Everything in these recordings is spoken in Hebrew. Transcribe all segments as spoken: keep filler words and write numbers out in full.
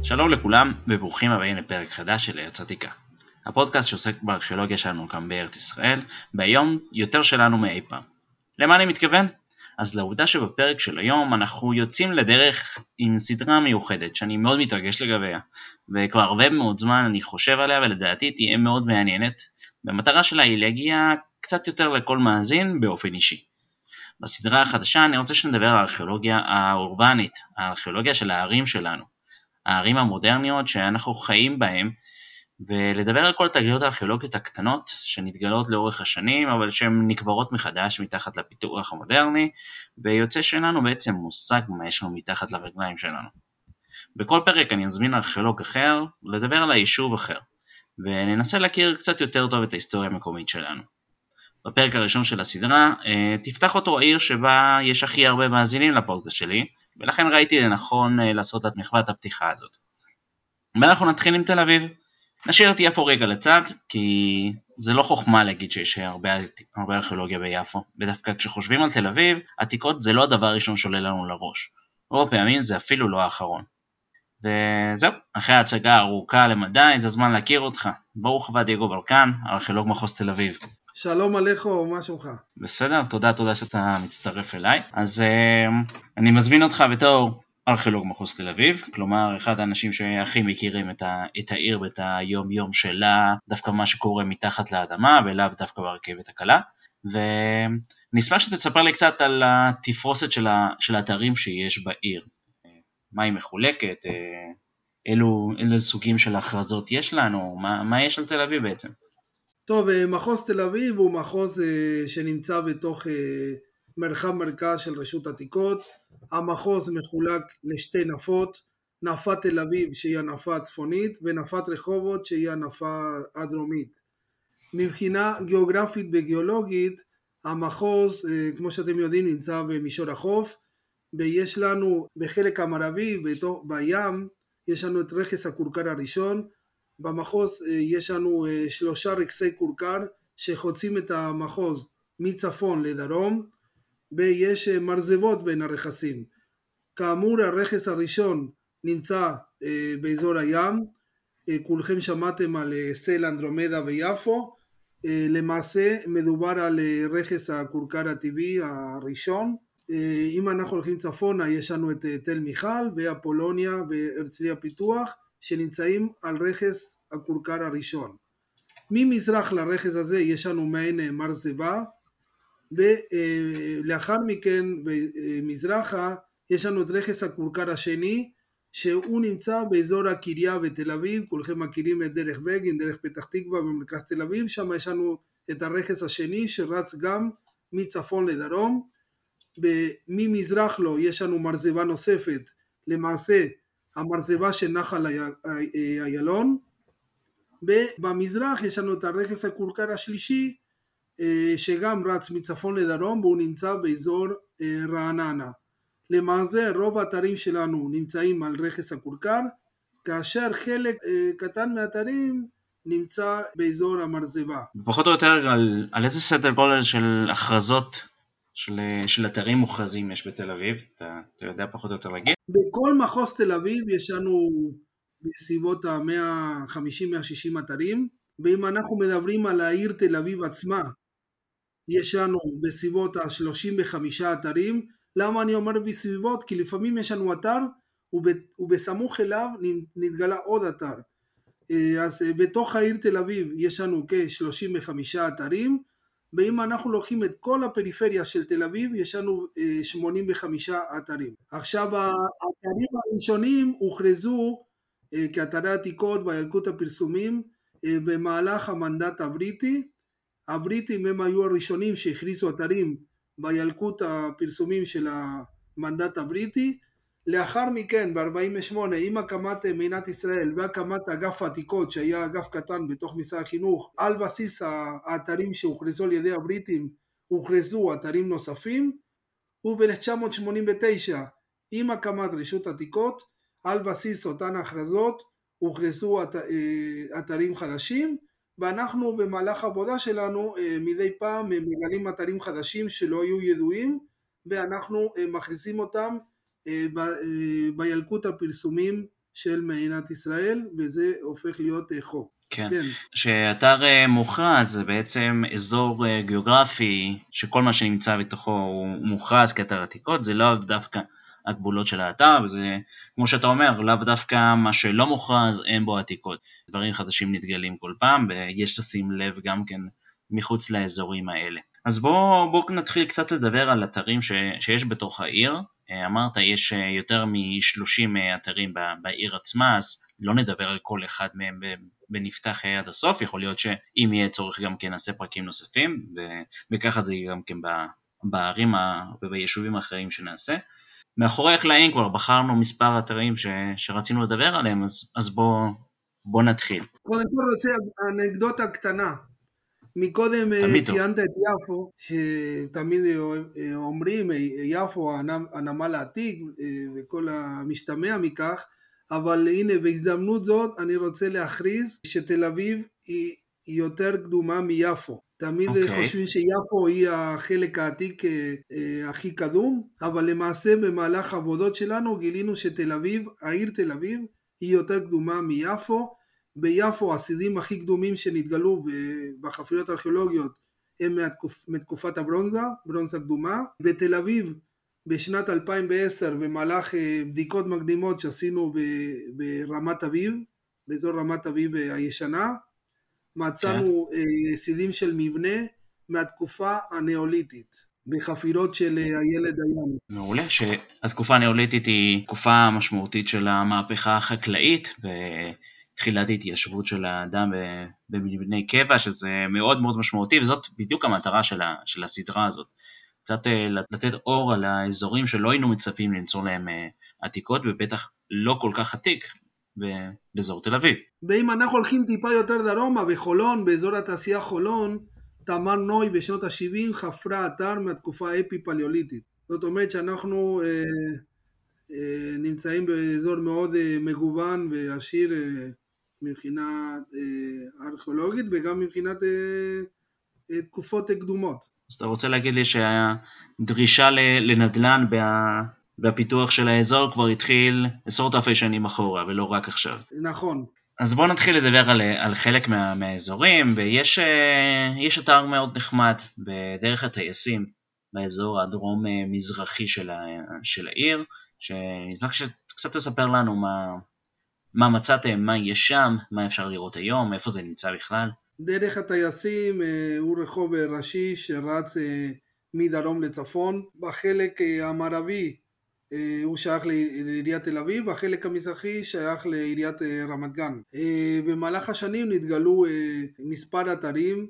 שלום לכולם וברוכים הבאים לפרק חדש של ארץ עתיקה. הפודקאסט שעוסק בארכיאולוגיה שלנו כאן בארץ ישראל, ביום יותר שלנו מאי פעם. למה אני מתכוון? אז לעובדה שבפרק של היום אנחנו יוצאים לדרך עם סדרה מיוחדת שאני מאוד מתרגש לגביה, וכבר הרבה מאוד זמן אני חושב עליה ולדעתי תהיה מאוד מעניינת, והמטרה שלה היא להגיע קצת יותר לכל מאזין באופן אישי. בסדרה החדשה אני רוצה שנדבר על הארכיאולוגיה האורבנית, הארכיאולוגיה של הערים שלנו. הערים המודרניות שאנחנו חיים בהם, ולדבר על כל התגליות הארכיאולוגיות הקטנות שנתגלות לאורך השנים, אבל שהן נקברות מחדש מתחת לפיתוח המודרני, ויוצא שלנו בעצם מושג מה יש לנו מתחת לרגליים שלנו. בכל פרק אני אזמין ארכיאולוג אחר לדבר על היישוב אחר, וננסה להכיר קצת יותר טוב את ההיסטוריה המקומית שלנו. בפרק הראשון של הסדרה תפתח אותו העיר שבה יש הכי הרבה מאזינים לפודקאסט שלי, ולכן ראיתי לנכון לעשות את מחוות הפתיחה הזאת. ואנחנו נתחיל עם תל אביב. נשאיר את יפו רגע לצד, כי זה לא חוכמה להגיד שיש הרבה, הרבה ארכיאולוגיה ביפו. ודווקא כשחושבים על תל אביב, עתיקות זה לא הדבר הראשון שעולה לנו לראש. רוב פעמים זה אפילו לא האחרון. וזהו, אחרי ההצגה הארוכה למדי, זה הזמן להכיר אותך. ברוך הבא דייגו ברקן, ארכיאולוג מחוז תל אביב. שלום עליכו, מה שלומך? בסדר, תודה, תודה שאתה מצטרף אליי. אז uh, אני מזמין אותך בתור ארכיאולוג מחוז תל אביב, כלומר אחד האנשים שהכי מכירים את, ה, את העיר ואת היום יום שלה, דווקא מה שקורה מתחת לאדמה ולאו דווקא ברכבת הקלה. ונשמח שתספר לי קצת על התפרוסת של, ה, של האתרים שיש בעיר. מה היא מחולקת, אילו, אילו סוגים של הכרזות יש לנו, מה, מה יש על תל אביב בעצם? טוב, מחוז תל אביב הוא מחוז שנמצא בתוך מרחב מרכז של רשות עתיקות. המחוז מחולק לשתי נפות, נפת תל אביב שהיא הנפה הצפונית ונפת רחובות שהיא הנפה הדרומית. מבחינה גיאוגרפית וגיאולוגית, המחוז, כמו שאתם יודעים, נמצא במישור החוף, ויש לנו בחלק המערבי, בים, יש לנו את רכס הכורכר הראשון. במחוז יש לנו שלושה רכסי כורכר שחוצים את המחוז מצפון לדרום, ויש מרזבות בין הרכסים. כאמור, הרכס הראשון נמצא באזור הים, כולכם שמעתם על סלע אנדרומדה ויפו, למעשה מדובר על רכס הכורכר הטבעי הראשון. אם אנחנו הולכים צפונה, יש לנו את תל מיכל ואפולוניה והרצליה פיתוח, שנמצאים על רכס הכורכר הראשון. ממזרח לרכס הזה יש לנו מעין מרזבה, ולאחר מכן במזרחה יש לנו את רכס הכורכר השני, שהוא נמצא באזור הקריה בתל אביב. כולכם מכירים את דרך בגין, דרך פתח תקווה במרכז תל אביב, שם יש לנו את הרכס השני שרץ גם מצפון לדרום. ממזרח לו יש לנו מרזבה נוספת, למעשה המרזבה של נחל איילון, ובמזרח יש לנו את הרכס הכורכר השלישי שגם רץ מצפון לדרום, והוא נמצא באזור רעננה. למעשה רוב האתרים שלנו נמצאים על רכס הכורכר, כאשר חלק קטן מהאתרים נמצא באזור המרזבה. פחות או יותר על, על איזה סדר גודל של הכרזות של, של אתרים מוכרזים יש בתל אביב, אתה, אתה יודע פחות או יותר להגיד? בכל מחוז תל אביב יש לנו בסביבות ה-מאה חמישים מאה שישים אתרים, ואם אנחנו מדברים על העיר תל אביב עצמה, יש לנו בסביבות ה-שלושים וחמישה אתרים. למה אני אומר בסביבות? כי לפעמים יש לנו אתר, ובסמוך אליו נתגלה עוד אתר. אז בתוך העיר תל אביב יש לנו כ-שלושים וחמישה אתרים, ואם אנחנו לוקחים את כל הפריפריה של תל אביב, יש לנו שמונים וחמישה אתרים. עכשיו, האתרים הראשונים הוכרזו כאתרי עתיקות בילקוט הפרסומים במהלך המנדט הבריטי. הבריטים הם היו הראשונים שהכריזו אתרים בילקוט הפרסומים של המנדט הבריטי. לאחר מכן, ב-ארבעים ושמונה, עם הקמת מדינת ישראל והקמת אגף העתיקות, שהיה אגף קטן בתוך משרד החינוך, על בסיס האתרים שהוכרזו על ידי הבריטים, הוכרזו אתרים נוספים, וב-אלף תשע מאות שמונים ותשע, עם הקמת רשות עתיקות, על בסיס אותן הכרזות, הוכרזו את, אתרים חדשים, ואנחנו במהלך העבודה שלנו מדי פעם מגלים אתרים חדשים שלא היו ידועים, ואנחנו מכריזים אותם ב- בילקוט הפרסומים של מדינת ישראל, וזה הופך להיות חוק. כן, כן. שאתר מוכרז זה בעצם אזור גיאוגרפי שכל מה שנמצא בתוכו הוא מוכרז כאתר עתיקות, זה לא דווקא הגבולות של האתר, וזה כמו שאתה אומר, לאו דווקא מה שלא מוכרז אין בו עתיקות. דברים חדשים נתגלים כל פעם, ויש לשים לב גם כן מחוץ לאזורים האלה. אז בואו בוא נתחיל קצת לדבר על אתרים ש, שיש בתוך העיר. אמרת יש יותר מ-שלושים אתרים בעיר עצמה, אז לא נדבר על כל אחד מהם בנפתח עד הסוף, יכול להיות שאם יהיה צורך גם כן נעשה פרקים נוספים, וככה זה גם כן בערים וביישובים האחרים שנעשה. מאחורי הקלעים כבר בחרנו מספר אתרים ש, שרצינו לדבר עליהם, אז, אז בואו בוא נתחיל. קודם כל רוצה אנקדוטה קטנה. מקודם ציינת את יפו, שתמיד אומרים יפו הנמל העתיק וכל המשתמע מכך, אבל הנה בהזדמנות זאת אני רוצה להכריז שתל אביב היא יותר קדומה מיפו. תמיד okay. חושבים שיפו היא החלק העתיק הכי קדום, אבל למעשה במהלך העבודות שלנו גילינו שתל אביב, העיר תל אביב, היא יותר קדומה מיפו. ביפו הסידים הכי קדומים שנתגלו בחפירות ארכיאולוגיות הם מתקופ, מתקופת הברונזה, ברונזה קדומה. בתל אביב בשנת אלפיים ועשר במהלך בדיקות מקדימות שעשינו ברמת אביב, באזור רמת אביב הישנה, מצאנו okay. סידים של מבנה מהתקופה הנאוליתית בחפירות של הילד הים. מעולה, שהתקופה הנאוליתית היא תקופה משמעותית של המהפכה החקלאית ו... תחילת התיישבות של האדם במבני קבע, שזה מאוד מאוד משמעותי, וזאת בדיוק המטרה של, ה, של הסדרה הזאת. קצת לתת אור על האזורים שלא היינו מצפים למצוא להם עתיקות, ובטח לא כל כך עתיק באזור תל אביב. ואם אנחנו הולכים טיפה יותר דרומה, וחולון, באזור התעשייה חולון, תמר נוי בשנות ה-שבעים חפרה אתר מהתקופה האפי-פליאוליתית. זאת אומרת שאנחנו אה, אה, נמצאים באזור מאוד אה, מגוון ועשיר, אה, מבחינה אה, ארכיאולוגית וגם מבחינת אה, תקופות קדומות. אז אתה רוצה להגיד לי שהדרישה לנדל"ן בפיתוח של האזור כבר התחיל עשרות אלפי שנים אחורה ולא רק עכשיו. נכון. אז בואו נתחיל לדבר על, על חלק מה, מהאזורים, ויש יש אתר מאוד נחמד בדרך הטייסים באזור הדרום מזרחי של, ה, של העיר, שנשמח שקצת תספר לנו מה... מה מצאתם, מה יש שם, מה אפשר לראות היום, איפה זה נמצא בכלל? דרך הטייסים הוא רחוב ראשי שרץ מדרום לצפון. בחלק המערבי הוא שייך לעיריית תל אביב, והחלק המזרחי שייך לעיריית רמת גן. במהלך השנים נתגלו מספר אתרים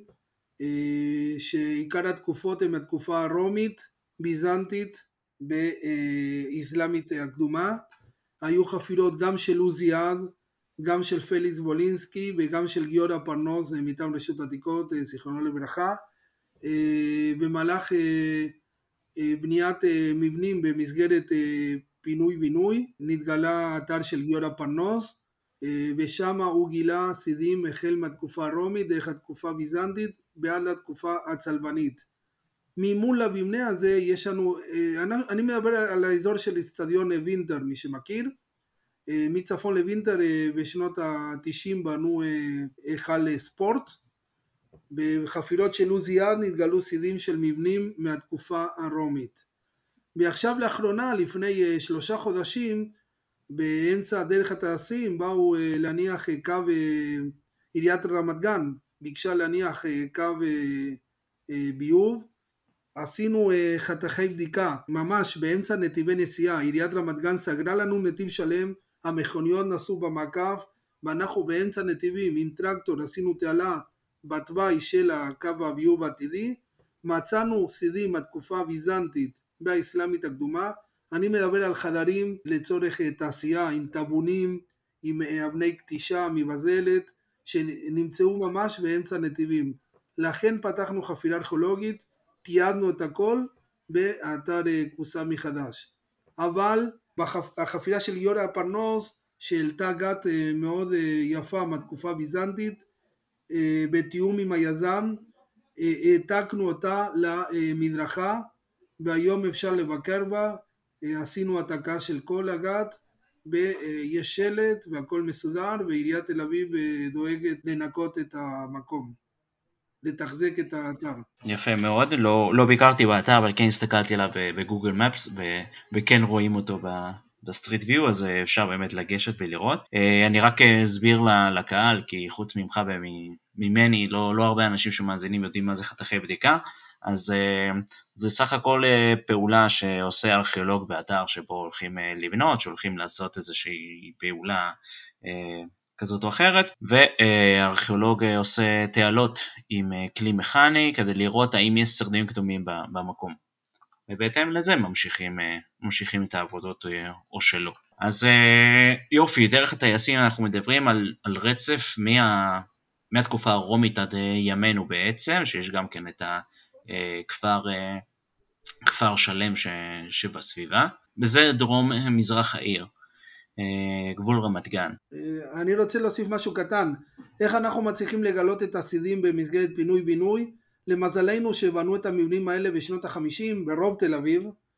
שעיקר התקופות הן התקופה הרומית, ביזנטית ואסלאמית הקדומה. היו חפירות גם של עוזיאד, גם של פליקס וולינסקי וגם של גיורא פרנוס מטעם רשות עתיקות, זיכרונו לברכה. במהלך בניית מבנים במסגרת פינוי בינוי נתגלה אתר של גיורא פרנוס, ושם הוא גילה סידים החל מהתקופה הרומית דרך התקופה הביזנטית ועד לתקופה הצלבנית. ממול למבנה הזה יש לנו, אני, אני מדבר על האזור של אצטדיון וינטר, מי שמכיר, מצפון לוינטר בשנות ה-תשעים בנו היכל ספורט. בחפירות של עוזיאד נתגלו סידים של מבנים מהתקופה הרומית. ועכשיו לאחרונה, לפני שלושה חודשים, באמצע דרך הטייסים באו להניח קו, עיריית רמת גן ביקשה להניח קו ביוב. עשינו חתכי בדיקה ממש באמצע נתיבי נסיעה, עיריית רמת גן סגרה לנו נתיב שלם, המכוניות נסעו במעקף, ואנחנו באמצע נתיבים עם טרקטור עשינו תעלה בתוואי של הקו הביוב העתידי. מצאנו סידים מהתקופה הביזנטית והאסלאמית הקדומה. אני מדבר על חדרים לצורך תעשייה עם טבונים, עם אבני קטישה מבזלת, שנמצאו ממש באמצע נתיבים. לכן פתחנו חפירה ארכיאולוגית, תיעדנו את הכל באתר כוסה מחדש. אבל בחפירה של גיורא פרנוס, שהעלתה גת מאוד יפה מהתקופה הביזנטית, בתיאום עם היזם, העתקנו אותה למדרכה, והיום אפשר לבקר בה. עשינו העתקה של כל הגת, ויש שלט והכל מסודר, ועיריית תל אביב דואגת לנקות את המקום, לתחזק את האתר. יפה מאוד, לא, לא ביקרתי באתר, אבל כן הסתכלתי עליו בגוגל מפס, וכן רואים אותו בסטריט ויו, אז אפשר באמת לגשת ולראות. אני רק אסביר לקהל, כי חוץ ממך וממני, לא, לא הרבה אנשים שמאזינים יודעים מה זה חתכי בדיקה, אז זה סך הכל פעולה שעושה ארכיאולוג באתר שבו הולכים לבנות, שהולכים לעשות איזושהי פעולה כזאת או אחרת, והארכיאולוג עושה תעלות עם כלי מכני כדי לראות האם יש שרידים קדומים במקום. ובהתאם לזה ממשיכים, ממשיכים את העבודות או שלא. אז יופי, דרך הטייסים אנחנו מדברים על, על רצף מה, מהתקופה הרומית עד ימינו בעצם, שיש גם כן את הכפר, כפר שלם ש, שבסביבה, וזה דרום מזרח העיר. גבול רמת גן. אני רוצה להוסיף משהו קטן. איך אנחנו מצליחים לגלות את השרידים במסגרת פינוי-בינוי? למזלנו שבנו את המבנים האלה בשנות ה-חמישים ברוב תל אביב,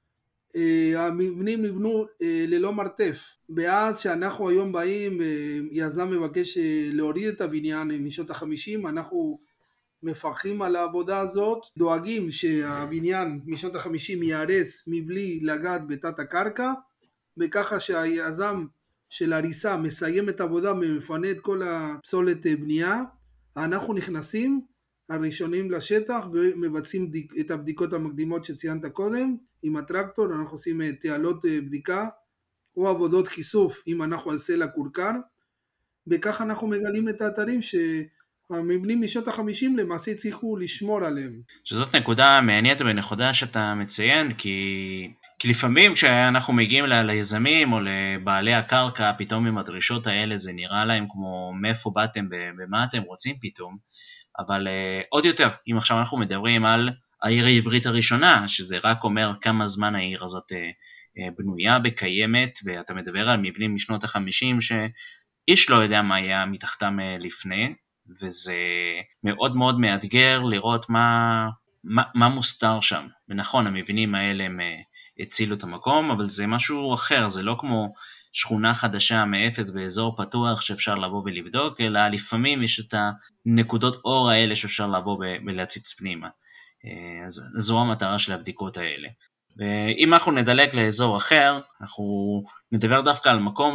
המבנים נבנו ללא מרתף. ואז שאנחנו היום באים, יזם מבקש להוריד את הבניין משנות ה-חמישים, אנחנו מפרחים על העבודה הזאת, דואגים שהבניין משנות ה-חמישים יערס מבלי לגעת בתת הקרקע, וככה שהיזם של הריסה מסיים את העבודה ומפנה את כל הפסולת בנייה, אנחנו נכנסים הראשונים לשטח ומבצעים את הבדיקות המקדימות שציינת קודם עם הטרקטור. אנחנו עושים תעלות בדיקה או עבודות חיסוף אם אנחנו על סלע קורקר, וככה אנחנו מגלים את האתרים שהמבנים משנות ה-חמישים למעשה הצליחו לשמור עליהם. שזאת נקודה מעניינת ונכונה שאתה מציין, כי כי לפעמים כשאנחנו מגיעים ליזמים או לבעלי הקרקע, פתאום עם הדרישות האלה זה נראה להם כמו מאיפה באתם, במה אתם רוצים פתאום, אבל uh, עוד יותר, אם עכשיו אנחנו מדברים על העיר העברית הראשונה, שזה רק אומר כמה זמן העיר הזאת uh, uh, בנויה וקיימת, ואתה מדבר על מבנים משנות ה-חמישים שאיש לא יודע מה היה מתחתם uh, לפני, וזה מאוד מאוד מאתגר לראות מה, מה, מה מוסתר שם. ונכון, המבנים האלה הם הצילו את המקום, אבל זה משהו אחר, זה לא כמו שכונה חדשה מאפס באזור פתוח שאפשר לבוא ולבדוק, אלא לפעמים יש את הנקודות אור האלה שאפשר לבוא ולהציץ פנימה. אז זו המטרה של הבדיקות האלה. ואם אנחנו נדלק לאזור אחר, אנחנו נדבר דווקא על מקום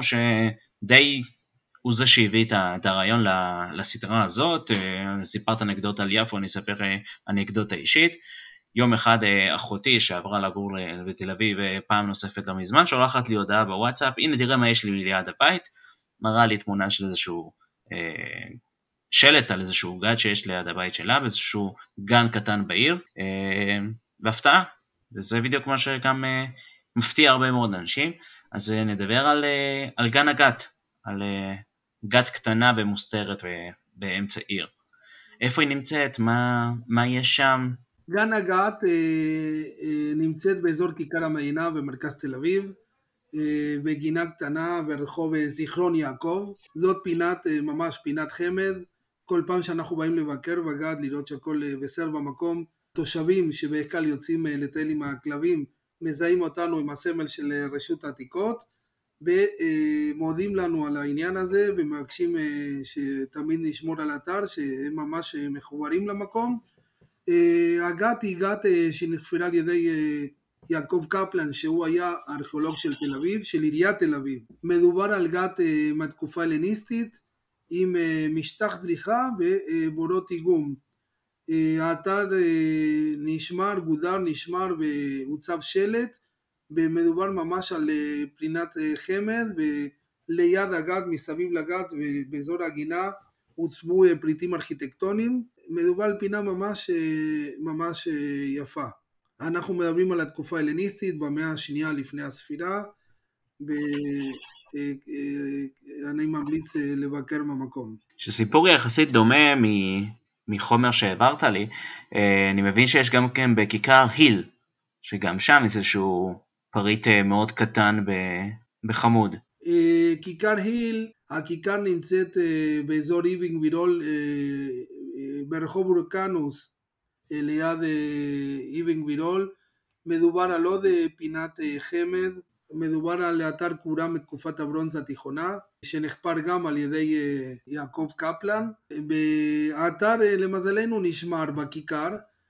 שדי הוא זה שהביא את הרעיון לסדרה הזאת. סיפרת אנקדוטה על יפו, אני אספר אנקדוטה אישית. יום אחד אחותי שעברה לגור בתל אביב פעם נוספת לא מזמן, שולחת לי הודעה בוואטסאפ, הנה תראה מה יש לי ליד הבית, מראה לי תמונה של איזשהו אה, שלט על איזשהו גד שיש ליד הבית שלה, באיזשהו גן קטן בעיר, אה, והפתעה, וזה בדיוק מה שגם אה, מפתיע הרבה מאוד אנשים. אז אה, נדבר על, אה, על גן הגת, על אה, גת קטנה ומוסתרת באמצע עיר. איפה היא נמצאת? מה, מה יש שם? גן הגת אה, אה, נמצאת באזור כיכר המעיינה במרכז תל אביב, אה, בגינה קטנה ברחוב זיכרון יעקב. זאת פינת, אה, ממש פינת חמד. כל פעם שאנחנו באים לבקר בגד, לראות שהכל אה, בסדר במקום, תושבים שבעיקר יוצאים אה, לטייל עם הכלבים, מזהים אותנו עם הסמל של אה, רשות העתיקות, ומודים אה, לנו על העניין הזה, ומבקשים אה, שתמיד נשמור על האתר, שהם ממש אה, מחוברים למקום. הגת היא גת שנחפרה על ידי יעקב קפלן, שהוא היה הארכיאולוג של תל אביב, של עיריית תל אביב. מדובר על גת מהתקופה הלניסטית, עם משטח דריכה ובורות איגום. האתר נשמר, גודר, נשמר והוצב שלט, ומדובר ממש על פנינת חמד, וליד הגת, מסביב לגת ובאזור הגינה, הוצבו פריטים ארכיטקטוניים. מדובר על פינה ממש, ממש יפה. אנחנו מדברים על התקופה ההלניסטית במאה השנייה לפני הספירה, ואני ממליץ לבקר במקום. שסיפור יחסית דומה מחומר שהעברת לי, אני מבין שיש גם כן בכיכר היל, שגם שם יש איזשהו פריט מאוד קטן בחמוד. כיכר היל, הכיכר נמצאת באזור איבינג וירול, ברחוב אורקנוס, ליד איבינג וירול. מדובר על עוד פינת חמד, מדובר על אתר קבורה מתקופת הברונזה התיכונה, שנחפר גם על ידי יעקב קפלן. האתר למזלנו נשמר בכיכר,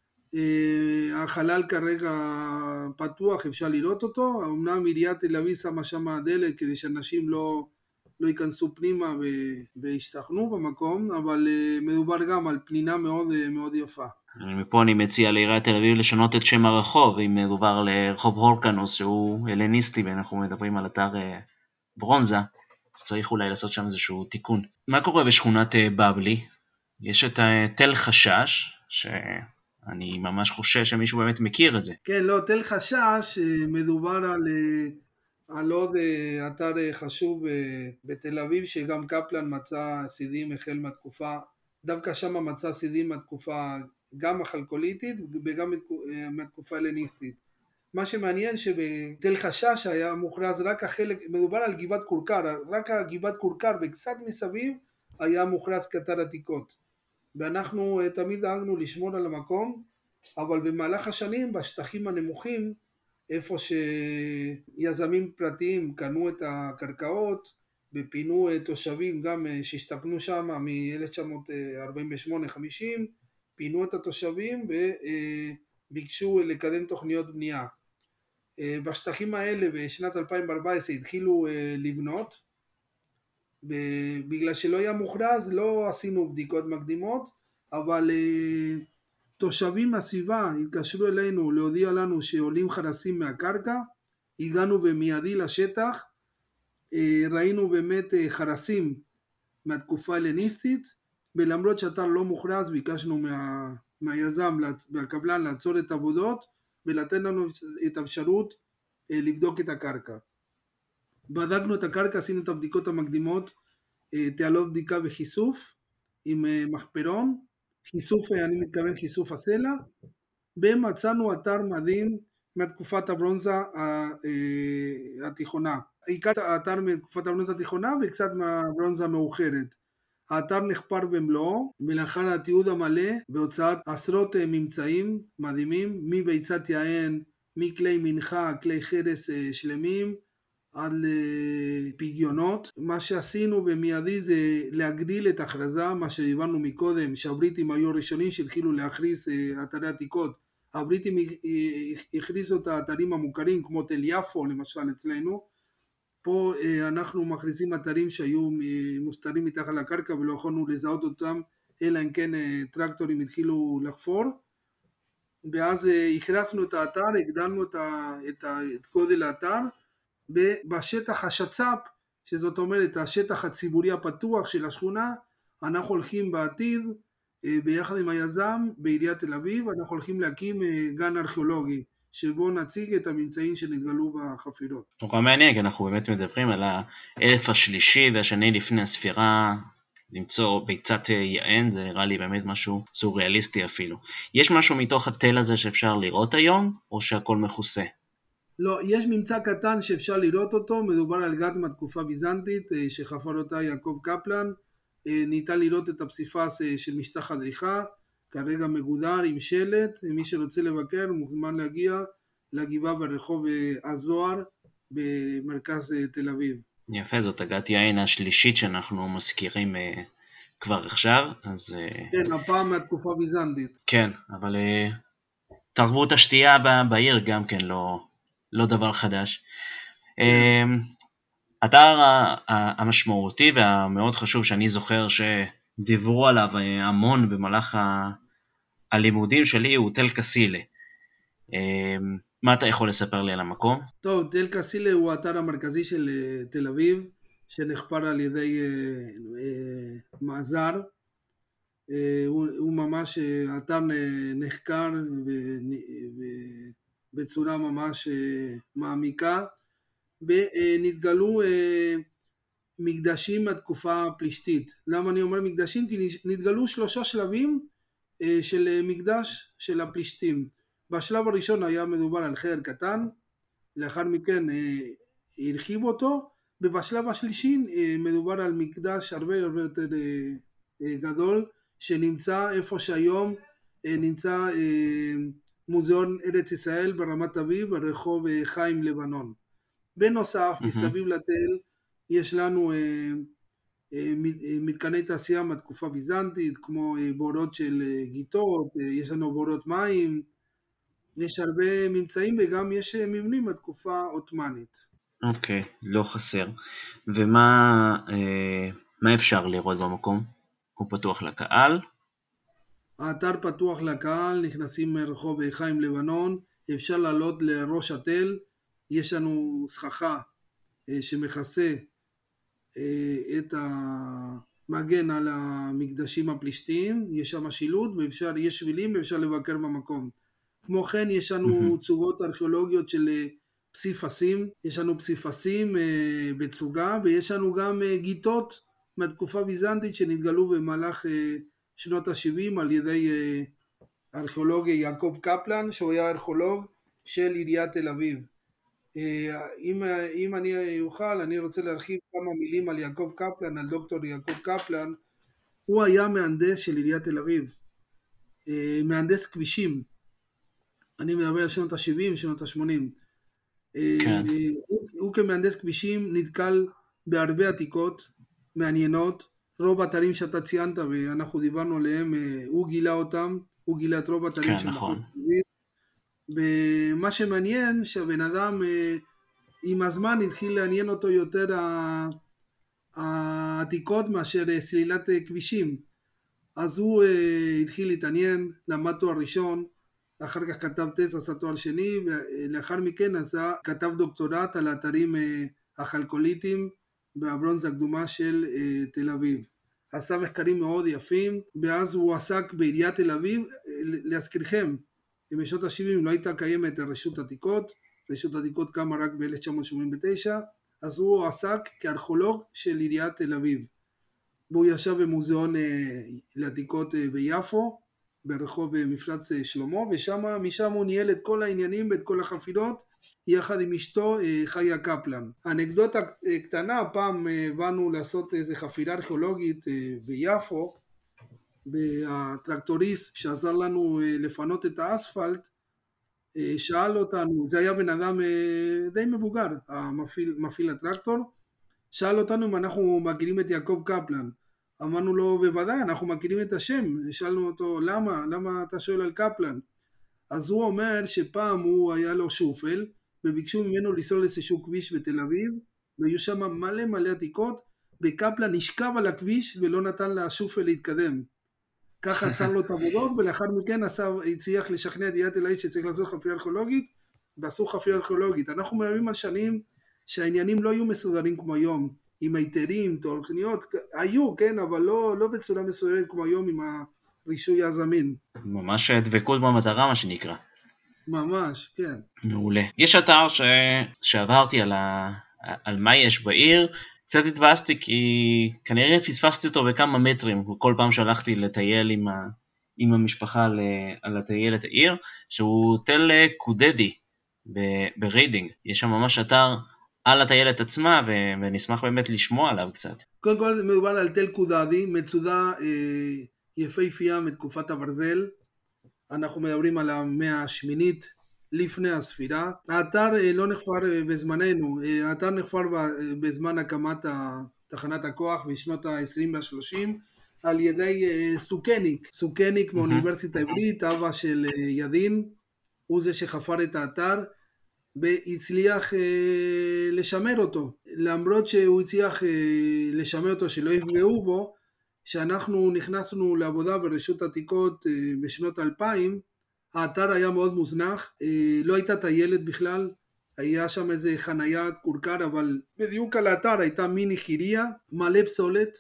החלל כרגע פתוח, אפשר לראות אותו. אמנם עיריית תל אביב שמה שם דלת כדי שאנשים לא, לא ייכנסו פנימה והשתכנו במקום, אבל מדובר גם על פנינה מאוד מאוד יפה. מפה אני מציע לעיריית תל אביב לשנות את שם הרחוב, אם מדובר לרחוב הורקנוס שהוא הלניסטי ואנחנו מדברים על אתר ברונזה, אז צריך אולי לעשות שם איזשהו תיקון. מה קורה בשכונת בבלי? יש את תל חשש, שאני ממש חושש שמישהו באמת מכיר את זה. כן, לא, תל חשש מדובר על, על עוד אתר חשוב בתל אביב, שגם קפלן מצא סידים החל מהתקופה, דווקא שם מצא סידים מהתקופה גם החלקוליטית וגם מהתקופה הלניסטית. מה שמעניין שבתל חשש היה מוכרז רק החלק, מדובר על גבעת קורקר, רק הגבעת קורקר וקצת מסביב היה מוכרז כאתר עתיקות. ואנחנו תמיד דאגנו לשמור על המקום, אבל במהלך השנים בשטחים הנמוכים, איפה שיזמים פרטיים קנו את הקרקעות, ופינו תושבים גם שהשתכנו שם מ-אלף תשע מאות ארבעים ושמונה חמישים, פינו את התושבים וביקשו לקדם תוכניות בנייה. בשטחים האלה בשנת אלפיים וארבע עשרה התחילו לבנות, בגלל שלא היה מוכרז לא עשינו בדיקות מקדימות, אבל תושבים מהסביבה התקשרו אלינו להודיע לנו שעולים חרסים מהקרקע, הגענו במיידי לשטח, ראינו באמת חרסים מהתקופה הלניסטית, ולמרות שאתר לא מוכרז ביקשנו מה, מהיזם והקבלן לעצור את עבודות ולתן לנו את האפשרות לבדוק את הקרקע. בדקנו את הקרקע, עשינו את הבדיקות המקדימות, תעלות בדיקה וחיסוף עם מחפרון, חיסוף, אני מתכוון חיסוף הסלע, ומצאנו אתר מדהים מתקופת הברונזה התיכונה. עיקר האתר מתקופת הברונזה התיכונה וקצת מהברונזה המאוחרת. האתר נחפר במלואו, ולאחר התיעוד המלא בהוצאת עשרות ממצאים מדהימים, מביצת יען, מכלי מנחה, כלי חרס שלמים, עד לפגיונות. מה שעשינו במיידי זה להגדיל את ההכרזה, מה שהבנו מקודם, שהבריטים היו הראשונים שהתחילו להכריז אתרי עתיקות. הבריטים הכריזו את האתרים המוכרים, כמו תל יפו למשל אצלנו. פה אנחנו מכריזים אתרים שהיו מוסתרים מתחת לקרקע ולא יכולנו לזהות אותם, אלא אם כן טרקטורים התחילו לחפור. ואז הכרזנו את האתר, הגדלנו את, ה, את, ה, את גודל האתר, ובשטח השצ"פ, שזאת אומרת השטח הציבורי הפתוח של השכונה, אנחנו הולכים בעתיד, ביחד עם היזם בעיריית תל אביב, אנחנו הולכים להקים גן ארכיאולוגי, שבו נציג את הממצאים שנתגלו בחפירות. נורא מעניין, כי אנחנו באמת מדברים על האלף השלישי והשני לפני הספירה, למצוא ביצת יען, זה נראה לי באמת משהו סוריאליסטי אפילו. יש משהו מתוך התל הזה שאפשר לראות היום, או שהכל מכוסה? לא, יש ממצא קטן שאפשר לראות אותו, מדובר על גת מהתקופה ביזנטית, שחפר אותה יעקב קפלן, ניתן לראות את הפסיפס של משטח הדריכה, כרגע מגודר עם שלט, מי שרוצה לבקר מוזמן להגיע לגבעה ברחוב הזוהר במרכז תל אביב. יפה, זאת הגת יען השלישית שאנחנו מזכירים uh, כבר עכשיו, אז... Uh, כן, הפעם מהתקופה ביזנטית. כן, אבל uh, תרבות השתייה בעיר גם כן לא, לא דבר חדש. האתר uh, המשמעותי והמאוד חשוב שאני זוכר שדיברו עליו המון במהלך ה... הלימודים שלי הוא תל קסילה. מה אתה יכול לספר לי על המקום? טוב, תל קסילה הוא האתר המרכזי של תל אביב, שנחפר על ידי מעזר. הוא ממש, האתר נחקר בצורה ממש מעמיקה, ונתגלו מקדשים מהתקופה הפלישתית. למה אני אומר מקדשים? כי נתגלו שלושה שלבים של מקדש של הפלישתים. בשלב הראשון היה מדובר על חדר קטן, לאחר מכן הרחיב אותו, ובשלב השלישי מדובר על מקדש הרבה הרבה יותר גדול, שנמצא איפה שהיום נמצא מוזיאון ארץ ישראל ברמת אביב, ברחוב חיים לבנון. בנוסף, מסביב לתל, יש לנו מתקני תעשייה מהתקופה ביזנטית, כמו בורות של גיטות, יש לנו בורות מים, יש הרבה ממצאים וגם יש מבנים מהתקופה עות'מאנית. אוקיי, לא חסר. ומה מה אפשר לראות במקום? הוא פתוח לקהל? האתר פתוח לקהל, נכנסים מרחוב חיים לבנון, אפשר לעלות לראש התל, יש לנו סככה שמכסה את המגן על המקדשים הפלישתיים, יש שם שילוט ואפשר, יש שבילים ואפשר לבקר במקום. כמו כן יש לנו צוגות ארכיאולוגיות של פסיפסים, יש לנו פסיפסים בצוגה ויש לנו גם גיטות מהתקופה הביזנטית שנתגלו במהלך שנות ה-שבעים על ידי ארכיאולוג יעקב קפלן, שהוא היה ארכיאולוג של עיריית תל אביב. אם, אם אני אוכל, אני רוצה להרחיב כמה מילים על יעקב קפלן, על דוקטור יעקב קפלן. הוא היה מהנדס של עיריית תל אביב, מהנדס כבישים. אני מדבר על שנות ה-שבעים, שנות ה-שמונים. כן. הוא, הוא כמהנדס כבישים נתקל בהרבה עתיקות מעניינות, רוב האתרים שאתה ציינת ואנחנו דיברנו עליהם, הוא גילה אותם, הוא גילה את רוב האתרים כן, של נכון. מחוז תל אביב. ומה שמעניין שהבן אדם עם הזמן התחיל לעניין אותו יותר העתיקות מאשר סלילת כבישים. אז הוא התחיל להתעניין, למד תואר ראשון, אחר כך כתב תזה, עשה תואר שני, ולאחר מכן עשה, כתב דוקטורט על האתרים החלקוליטיים בברונזה הקדומה של תל אביב. עשה מחקרים מאוד יפים, ואז הוא עסק בעיריית תל אביב. להזכירכם, בשנות ה-שבעים לא הייתה קיימת רשות עתיקות, רשות עתיקות קמה רק ב-אלף תשע מאות שמונים ותשע, אז הוא עסק כארכיאולוג של עיריית תל אביב. והוא ישב במוזיאון לעתיקות ביפו, ברחוב מפלץ שלמה, ושם, משם הוא ניהל את כל העניינים ואת כל החפירות, יחד עם אשתו חיה קפלן. אנקדוטה קטנה, פעם באנו לעשות איזו חפירה ארכיאולוגית ביפו, והטרקטוריסט שעזר לנו לפנות את האספלט, שאל אותנו, זה היה בן אדם די מבוגר, המפעיל, מפעיל הטרקטור, שאל אותנו אם אנחנו מכירים את יעקב קפלן. אמרנו לו, בוודאי, אנחנו מכירים את השם. שאלנו אותו, למה? למה אתה שואל על קפלן? אז הוא אומר שפעם הוא היה לו שופל, וביקשו ממנו לנסוע לאיזשהו כביש בתל אביב, והיו שם מלא מלא עתיקות, וקפלן נשכב על הכביש ולא נתן לשופל להתקדם. ככה עצר לו את העבודות, ולאחר מכן הצליח לשכנע את עיריית תל אביב שצריך לעשות חפירה ארכיאולוגית, ועשו חפירה ארכיאולוגית. אנחנו מדברים על שנים שהעניינים לא היו מסודרים כמו היום, עם היתרים, תוכניות, היו, כן, אבל לא, לא בצורה מסודרת כמו היום עם הרישוי הזמין. ממש דבקות במטרה, מה שנקרא. ממש, כן. מעולה. יש אתר ש... שעברתי על, ה... על מה יש בעיר, קצת התבאסתי כי כנראה פספסתי אותו בכמה מטרים, כל פעם שהלכתי לטייל עם, ה... עם המשפחה על, על הטיילת העיר, שהוא תל קודדי ב... בריידינג. יש שם ממש אתר על הטיילת עצמה, ו... ונשמח באמת לשמוע עליו קצת. קודם כל זה מדובר על תל קודדי, מצודה אה, יפהפייה מתקופת הברזל, אנחנו מדברים על המאה השמינית לפני הספירה. האתר לא נחפר בזמננו, האתר נחפר בזמן הקמת תחנת הכוח בשנות ה-עשרים וה-שלושים על ידי סוכניק, סוכניק מאוניברסיטה העברית, אבא של ידין, הוא זה שחפר את האתר והצליח לשמר אותו. למרות שהוא הצליח לשמר אותו שלא יפגעו בו, שאנחנו נכנסנו לעבודה ברשות עתיקות בשנות אלפיים, האתר היה מאוד מוזנח, לא הייתה טיילת בכלל, היה שם איזה חניית קורקר, אבל בדיוק על האתר הייתה מיני חירייה, מלא פסולת.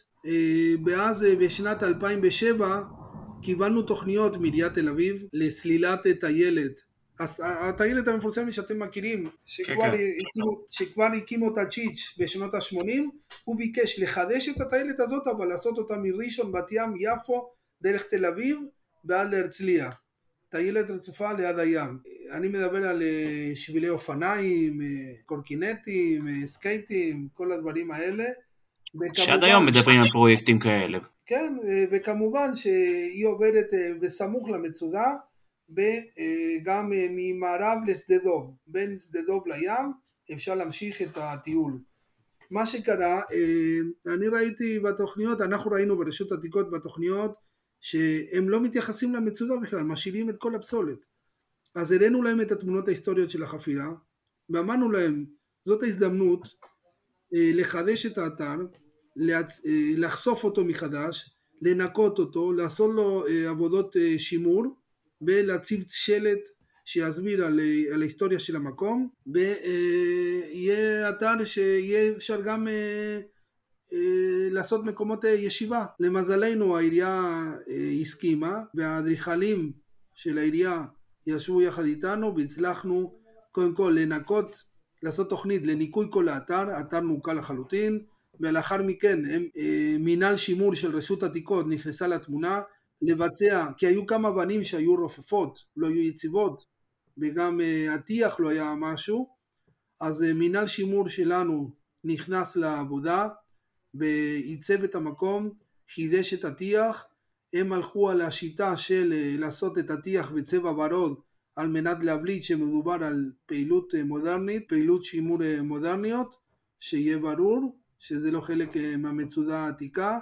ואז בשנת אלפיים ושבע קיבלנו תוכניות מעיריית תל אביב לסלילת טיילת. אז הטיילת המפורסמת שאתם מכירים, שכבר הקימו, שכבר הקימו אותה צ'יץ' בשנות ה-שמונים, הוא ביקש לחדש את הטיילת הזאת, אבל לעשות אותה מראשון, בת ים, יפו, דרך תל אביב ועד להרצליה. טיילת רצופה ליד הים. אני מדבר על שבילי אופניים, קורקינטים, סקייטים, כל הדברים האלה. שעד היום מדברים על פרויקטים כאלה. כן, וכמובן שהיא עובדת בסמוך למצודה, וגם ממערב לשדה דוב, בין שדה דוב לים, אפשר להמשיך את הטיול. מה שקרה, אני ראיתי בתוכניות, אנחנו ראינו ברשות עתיקות בתוכניות, שהם לא מתייחסים למצודה בכלל, משאירים את כל הפסולת. אז הראינו להם את התמונות ההיסטוריות של החפירה, ואמרנו להם, זאת ההזדמנות לחדש את האתר, לחשוף אותו מחדש, לנקות אותו, לעשות לו עבודות שימור, ולהציב שלט שיסביר על, על ההיסטוריה של המקום, ויהיה אתר שיהיה אפשר גם לעשות מקומות ישיבה. למזלנו העירייה הסכימה, והאדריכלים של העירייה ישבו יחד איתנו, והצלחנו קודם כל לנקות, לעשות תוכנית לניקוי כל האתר, האתר נוקה לחלוטין, ולאחר מכן הם, מינהל שימור של רשות עתיקות נכנסה לתמונה, לבצע, כי היו כמה בנים שהיו רופפות, לא היו יציבות, וגם הטיח לא היה משהו, אז מינהל שימור שלנו נכנס לעבודה, ועיצב את המקום, חידש את הטיח, הם הלכו על השיטה של לעשות את הטיח בצבע ורוד, על מנת להבליט שמדובר על פעילות מודרנית, פעילות שימור מודרניות, שיהיה ברור שזה לא חלק מהמצודה העתיקה.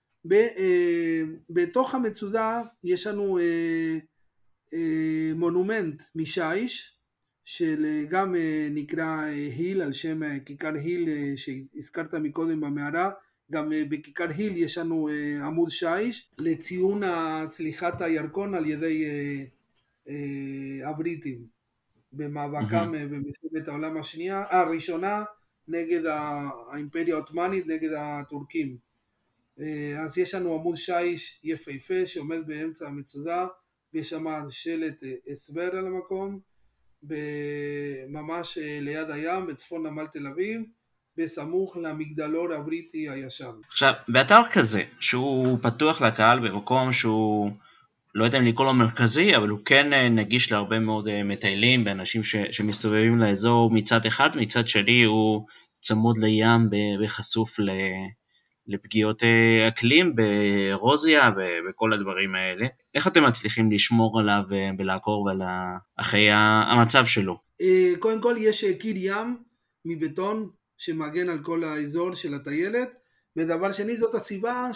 בתוך המצודה יש לנו מונומנט משיש, שגם נקרא היל, על שם כיכר היל שהזכרת מקודם במערה, גם בכיכר היל יש לנו עמוד שיש, לציון הצליחת הירקון על ידי הבריטים, במאבקם במלחמת העולם השנייה, הראשונה, נגד האימפריה העות'מאנית, נגד הטורקים. אז יש לנו עמוד שיש יפהפה שעומד באמצע המצודה, ויש שם שלט הסבר על המקום, ממש ליד הים, בצפון נמל תל אביב, בסמוך למגדלור הבריטי הישן. עכשיו, באתר כזה, שהוא פתוח לקהל במקום שהוא, לא יודע אם לקרוא לו מרכזי, אבל הוא כן נגיש להרבה מאוד מטיילים, באנשים ש, שמסתובבים לאזור מצד אחד, מצד שני הוא צמוד לים וחשוף ל... לפגיעות אקלים, ברוזיה וכל הדברים האלה. איך אתם מצליחים לשמור עליו ולעקור אחרי המצב שלו? קודם כל יש קיר ים מבטון שמגן על כל האזור של הטיילת, ודבר שני זאת הסיבה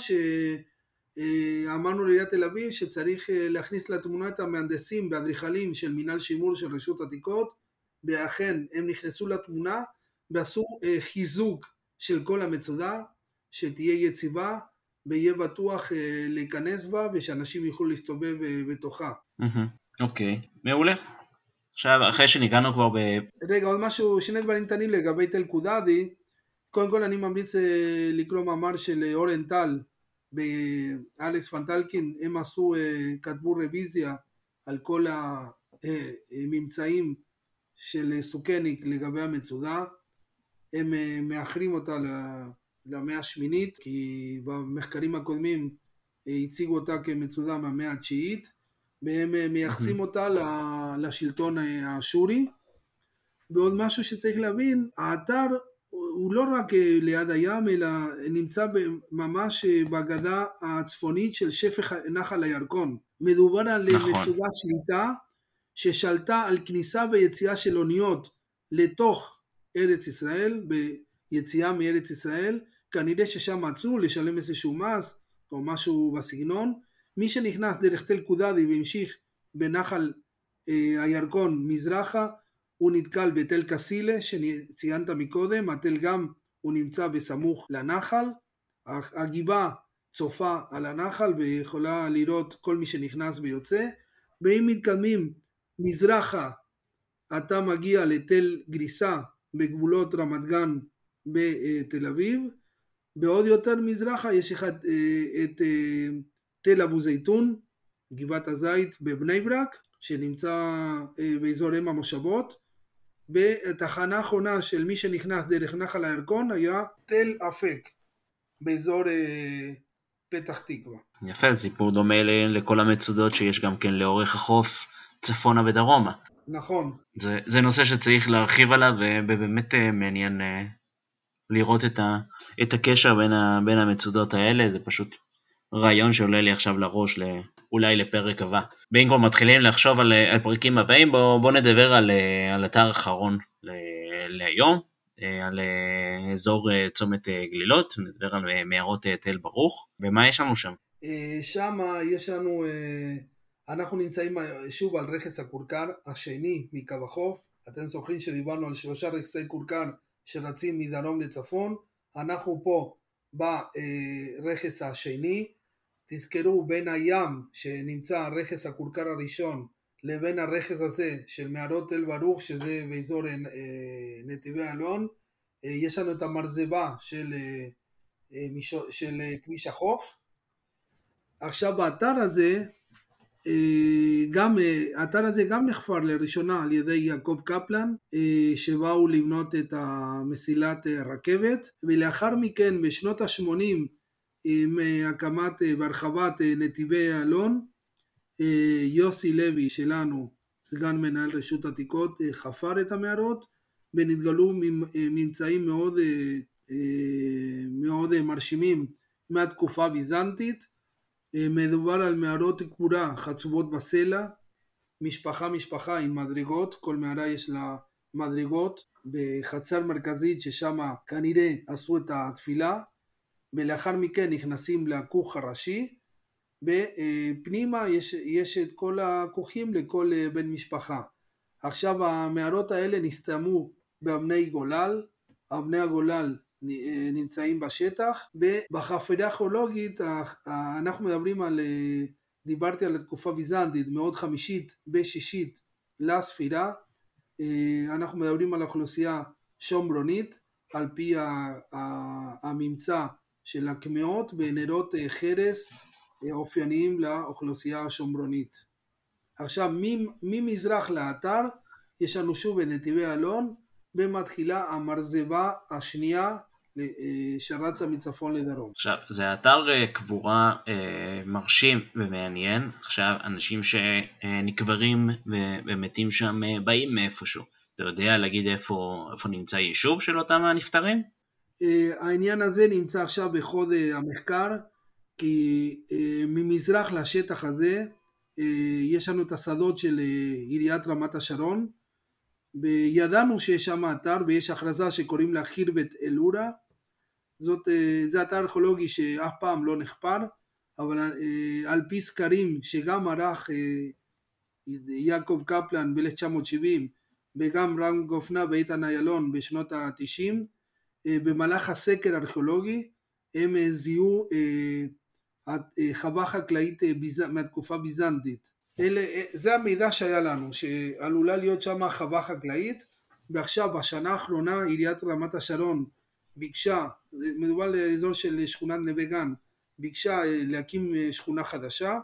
שאמרנו לעיריית תל אביב שצריך להכניס לתמונה את המהנדסים והאדריכלים של מינהל שימור של רשות עתיקות, ואכן הם נכנסו לתמונה ועשו חיזוק של כל המצודה, שתהיה יציבה ויהיה בטוח להיכנס בה ושאנשים יוכלו להסתובב בתוכה. אוקיי, מעולה. עכשיו אחרי שניגענו כבר ב... רגע, עוד משהו, שני דברים קטנים לגבי תל קודדי. קודם כל אני ממליץ לקרוא מאמר של אורן טל ואלכס פנטלקין, הם עשו, כתבו רוויזיה על כל הממצאים של סוכניק לגבי המצודה, הם מאחרים אותה ל... למאה השמינית, כי במחקרים הקודמים הציגו אותה כמצודה מהמאה התשיעית, והם מייחסים אותה לשלטון האשורי. ועוד משהו שצריך להבין, האתר הוא לא רק ליד הים, אלא נמצא ממש בגדה הצפונית של שפך נחל הירקון. מדובר על נכון. מצודה שליטה, ששלטה על כניסה ויציאה של אוניות לתוך ארץ ישראל, ביציאה מארץ ישראל, כנראה ששם עצרו לשלם איזשהו מס, או משהו בסגנון. מי שנכנס דרך תל קודדי והמשיך בנחל אה, הירקון מזרחה, הוא נתקל בתל קסילה שציינת מקודם, התל גם הוא נמצא בסמוך לנחל, הגיבה צופה על הנחל ויכולה לראות כל מי שנכנס ויוצא, ואם מתקדמים מזרחה אתה מגיע לתל גריסה בגבולות רמת גן בתל אביב, בעוד יותר מזרחה יש אחד, את תל אבו זייתון, גבעת הזית בבני ברק, שנמצא באזור אם המושבות, בתחנה האחרונה של מי שנכנס דרך נחל הירקון היה תל אפק, באזור פתח תקווה. יפה, סיפור דומה לכל המצודות שיש גם כן לאורך החוף, צפונה ודרומה. נכון. זה, זה נושא שצריך להרחיב עליו, ובאמת מעניין לראות את, ה, את הקשר בין, ה, בין המצודות האלה, זה פשוט רעיון שעולה לי עכשיו לראש אולי לפרק הבא. ואם כבר מתחילים לחשוב על, על פרקים הבאים, בואו בוא נדבר על, על אתר אחרון להיום, על אזור צומת גלילות, נדבר על מערות תל ברוך, ומה יש לנו שם? שם יש לנו, אנחנו נמצאים שוב על רכס הכורכר השני מקו החוף. אתם זוכרים שדיברנו על שלושה רכסי כורכר שרצים מדרום לצפון, אנחנו פה ברכס השני. תזכרו, בין הים שנמצא רכס הכורכר הראשון לבין הרכס הזה של מערות תל ברוך, שזה באזור נתיבי אלון, יש לנו את המרזבה של, של כביש החוף. עכשיו באתר הזה, גם, האתר הזה גם נחפר לראשונה על ידי יעקב קפלן, שבאו לבנות את המסילת רכבת, ולאחר מכן בשנות ה-שמונים עם הקמת והרחבת נתיבי אלון, יוסי לוי שלנו, סגן מנהל רשות עתיקות, חפר את המערות, ונתגלו ממצאים מאוד, מאוד מרשימים מהתקופה הביזנטית. מדובר על מערות קבורה חצובות בסלע, משפחה משפחה עם מדרגות, כל מערה יש לה מדרגות, בחצר מרכזית ששם כנראה עשו את התפילה, ולאחר מכן נכנסים לכוך הראשי, בפנימה יש, יש את כל הכוכים לכל בן משפחה. עכשיו המערות האלה נסתמו באבני גולל, אבני הגולל נמצאים בשטח, ובחפירה ארכיאולוגית אנחנו מדברים על, דיברתי על התקופה ביזנטית, מאוד חמישית בשישית לספירה, אנחנו מדברים על אוכלוסייה שומרונית, על פי הממצא של הקמעות בנרות חרס אופייניים לאוכלוסייה השומרונית. עכשיו ממזרח לאתר יש לנו שוב בנתיבי אלון, במתחילה המרזבה השנייה שרצה מצפון לדרום. עכשיו, זה אתר קבורה מרשים ומעניין. עכשיו, אנשים שנקברים ומתים שם באים מאיפשהו. אתה יודע להגיד איפה, איפה נמצא יישוב של אותם הנפטרים? העניין הזה נמצא עכשיו בחוד המחקר, כי ממזרח לשטח הזה יש לנו את השדות של עיריית רמת השרון, וידענו שיש שם אתר ויש הכרזה שקוראים לה חירבת אל-אורה. זאת, זה אתר ארכיאולוגי שאף פעם לא נחפר, אבל על פי סקרים שגם ערך יעקב קפלן ב-אלף תשע מאות שבעים וגם רם גופנה ואיתן איילון בשנות ה-תשעים, במהלך הסקר הארכיאולוגי הם זיהו חווה חקלאית מהתקופה ביזנטית. אלה, זה המידע שהיה לנו, שעלולה להיות שם חווה חקלאית, ועכשיו בשנה האחרונה עיריית רמת השרון ביקשה, מדובר לאזור של שכונת נווה גן, ביקשה להקים שכונה חדשה,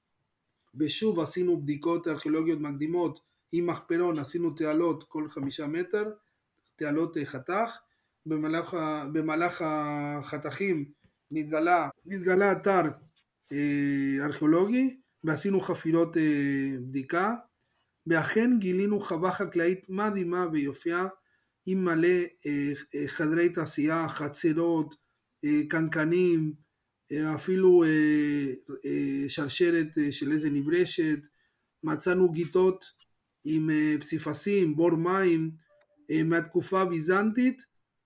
ושוב עשינו בדיקות ארכיאולוגיות מקדימות עם מחפרון, עשינו תעלות כל חמישה מטר, תעלות חתך, במהלך, במהלך החתכים נתגלה, נתגלה אתר ארכיאולוגי, ועשינו חפירות בדיקה, ואכן גילינו חווה חקלאית מדהימה ויופייה, עם מלא חדרי תעשייה, חצרות, קנקנים, אפילו שרשרת של איזה נברשת, מצאנו גיטות עם פסיפסים, בור מים, מהתקופה הביזנטית,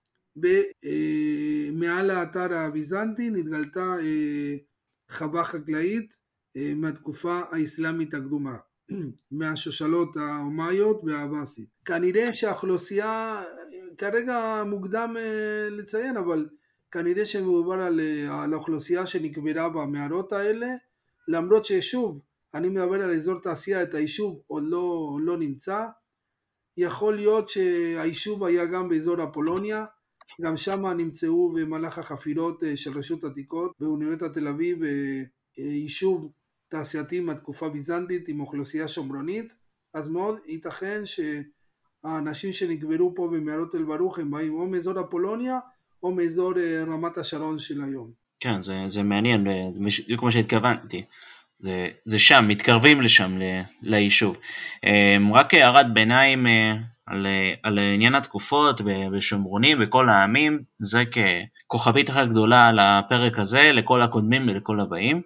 ומעל האתר הביזנטי נתגלתה חווה חקלאית מהתקופה האסלאמית הקדומה, מהשושלות האומיות והעבאסית. כנראה שהאוכלוסייה, כרגע מוקדם לציין, אבל כנראה שמדובר על, על האוכלוסייה שנקברה במערות האלה, למרות ששוב, אני מדבר על אזור תעשייה, את היישוב עוד לא, לא נמצא. יכול להיות שהיישוב היה גם באזור אפולוניה, גם שם נמצאו במהלך החפירות של רשות עתיקות באוניברסיטת תל אביב יישוב תעשייתי מהתקופה ביזנטית עם אוכלוסייה שומרונית, אז מאוד ייתכן שהאנשים שנקברו פה במערות תל ברוך הם באים או מאזור אפולוניה או מאזור רמת השרון של היום. כן, זה, זה מעניין, בדיוק כמו שהתכוונתי. זה, זה שם, מתקרבים לשם, ל, ליישוב. רק הערת ביניים על, על עניין התקופות ושומרונים וכל העמים, זה ככוכבית אחת גדולה על הפרק הזה, לכל הקודמים ולכל הבאים.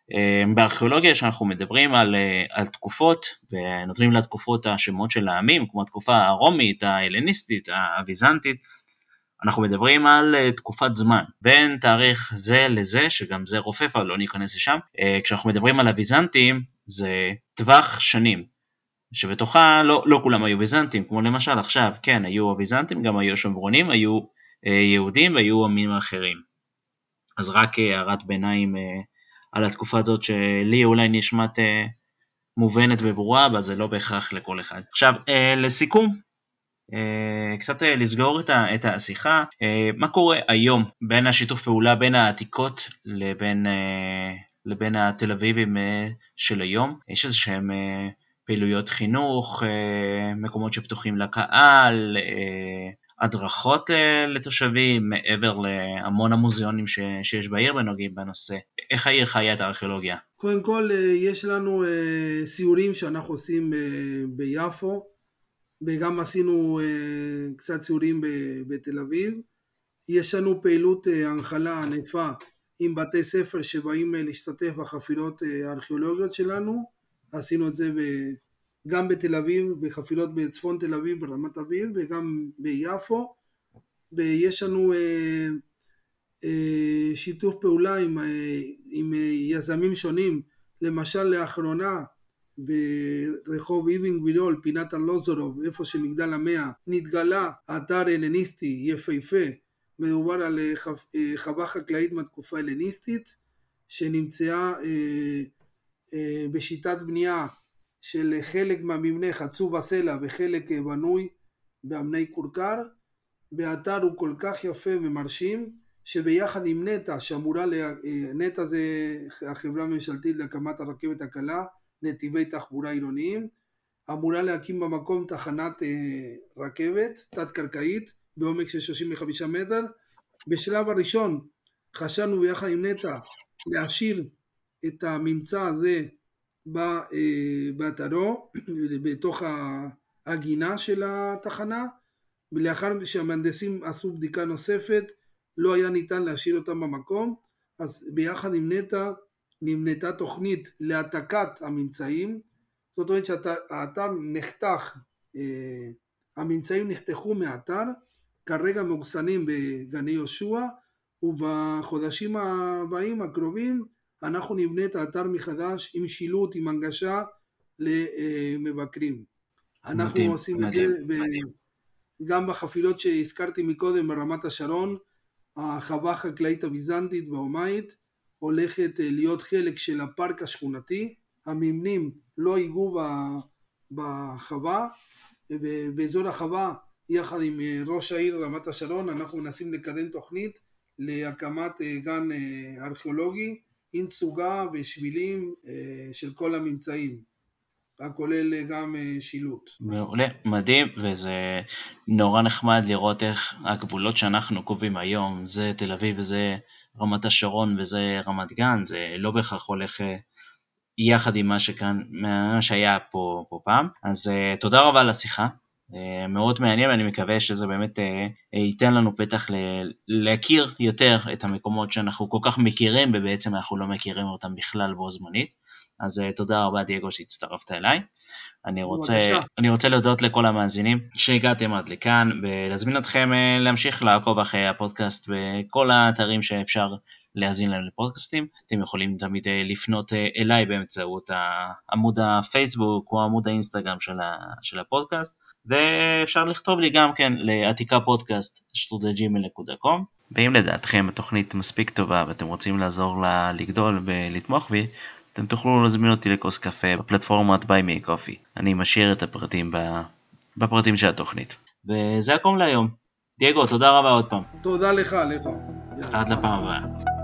בארכיאולוגיה שאנחנו מדברים על, על תקופות, ונותנים לתקופות השמות של העמים, כמו התקופה הרומית, ההלניסטית, הביזנטית, אנחנו מדברים על תקופת זמן, בין תאריך זה לזה, שגם זה רופף, אבל לא ניכנס לשם. כשאנחנו מדברים על הביזנטים, זה טווח שנים, שבתוכה לא, לא כולם היו ביזנטים, כמו למשל עכשיו, כן, היו הביזנטים, גם היו שומרונים, היו יהודים והיו עמים אחרים. אז רק הערת ביניים על התקופה הזאת, שלי אולי נשמעת מובנת וברורה, אבל זה לא בהכרח לכל אחד. עכשיו, לסיכום, קצת לסגור את השיחה, מה קורה היום בין השיתוף פעולה בין העתיקות לבין, לבין התל אביבים של היום? יש איזה שהם פעילויות חינוך, מקומות שפתוחים לקהל, הדרכות לתושבים, מעבר להמון המוזיאונים שיש בעיר ונוגעים בנושא. איך העיר חיה את הארכיאולוגיה? קודם כל, יש לנו סיורים שאנחנו עושים ביפו, וגם עשינו קצת סיורים בתל אביב. יש לנו פעילות הנחלה ענפה עם בתי ספר שבאים להשתתף בחפירות הארכיאולוגיות שלנו. עשינו את זה גם בתל אביב, בחפירות בצפון תל אביב, ברמת אביב, וגם ביפו. ויש לנו שיתוף פעולה עם, עם יזמים שונים, למשל לאחרונה, ברחוב אבן גבירול, פינת ארלוזורוב, איפה שמגדל המאה, נתגלה אתר הלניסטי יפהפה. מדובר על חווה חקלאית מהתקופה הלניסטית, שנמצאה אה, אה, בשיטת בנייה של חלק מהמבנה חצוב הסלע וחלק בנוי באבני כורכר. והאתר הוא כל כך יפה ומרשים, שביחד עם נטע, שאמורה, לה... נטע זה החברה הממשלתית להקמת הרכבת הקלה, נתיבי תחבורה עירוניים, אמורה להקים במקום תחנת אה, רכבת תת-קרקעית בעומק של שלושים וחמישה מטר. בשלב הראשון חשבנו ביחד עם נטע להשאיר את הממצא הזה בא, אה, באתרו, בתוך הגינה של התחנה, ולאחר שהמהנדסים עשו בדיקה נוספת לא היה ניתן להשאיר אותם במקום, אז ביחד עם נטע נבנתה תוכנית להעתקת הממצאים. זאת אומרת שהאתר נחתך, הממצאים נחתכו מהאתר, כרגע מאוחסנים בגני יהושע, ובחודשים הבאים הקרובים אנחנו נבנה את האתר מחדש עם שילוט, עם הנגשה למבקרים. אנחנו מדהים, עושים מדהים, את זה מדהים. גם בחפילות שהזכרתי מקודם ברמת השרון, החווה החקלאית הביזנטית והאומאית הולכת להיות חלק של הפארק השכונתי. המבנים לא ייגעו בחווה, ובאזור החווה יחד עם ראש העיר רמת השרון אנחנו מנסים לקדם תוכנית להקמת גן ארכיאולוגי עם סוגה ושבילים של כל הממצאים, הכולל גם שילוט. מעולה, מדהים, וזה נורא נחמד לראות איך הגבולות שאנחנו קובעים היום, זה תל אביב וזה רמת השרון וזה רמת גן, זה לא בהכרח הולך יחד עם מה שכאן, מה שהיה פה, פה פעם. אז תודה רבה על השיחה, מאוד מעניין, ואני מקווה שזה באמת ייתן לנו פתח להכיר יותר את המקומות שאנחנו כל כך מכירים, ובעצם אנחנו לא מכירים אותם בכלל בו זמנית. אז תודה רבה דייגו שהצטרפת אליי. אני רוצה, אני רוצה להודות לכל המאזינים שהגעתם עד לכאן, ולהזמין אתכם להמשיך לעקוב אחרי הפודקאסט בכל האתרים שאפשר להזין להם לפודקאסטים. אתם יכולים תמיד לפנות אליי באמצעות עמוד הפייסבוק או עמוד האינסטגרם של, ה, של הפודקאסט, ואפשר לכתוב לי גם כן לעתיקה פודקאסט שטרודל ג'ימייל נקודה קום. ואם לדעתכם התוכנית מספיק טובה ואתם רוצים לעזור לה לגדול ולתמוך בי, אתם תוכלו להזמין אותי לכוס קפה בפלטפורמת Buy Me a Coffee. אני משאיר את הפרטים בפרטים של התוכנית. וזה הכל להיום. דייגו, תודה רבה עוד פעם. תודה לך, לך. עד לפעם הבאה.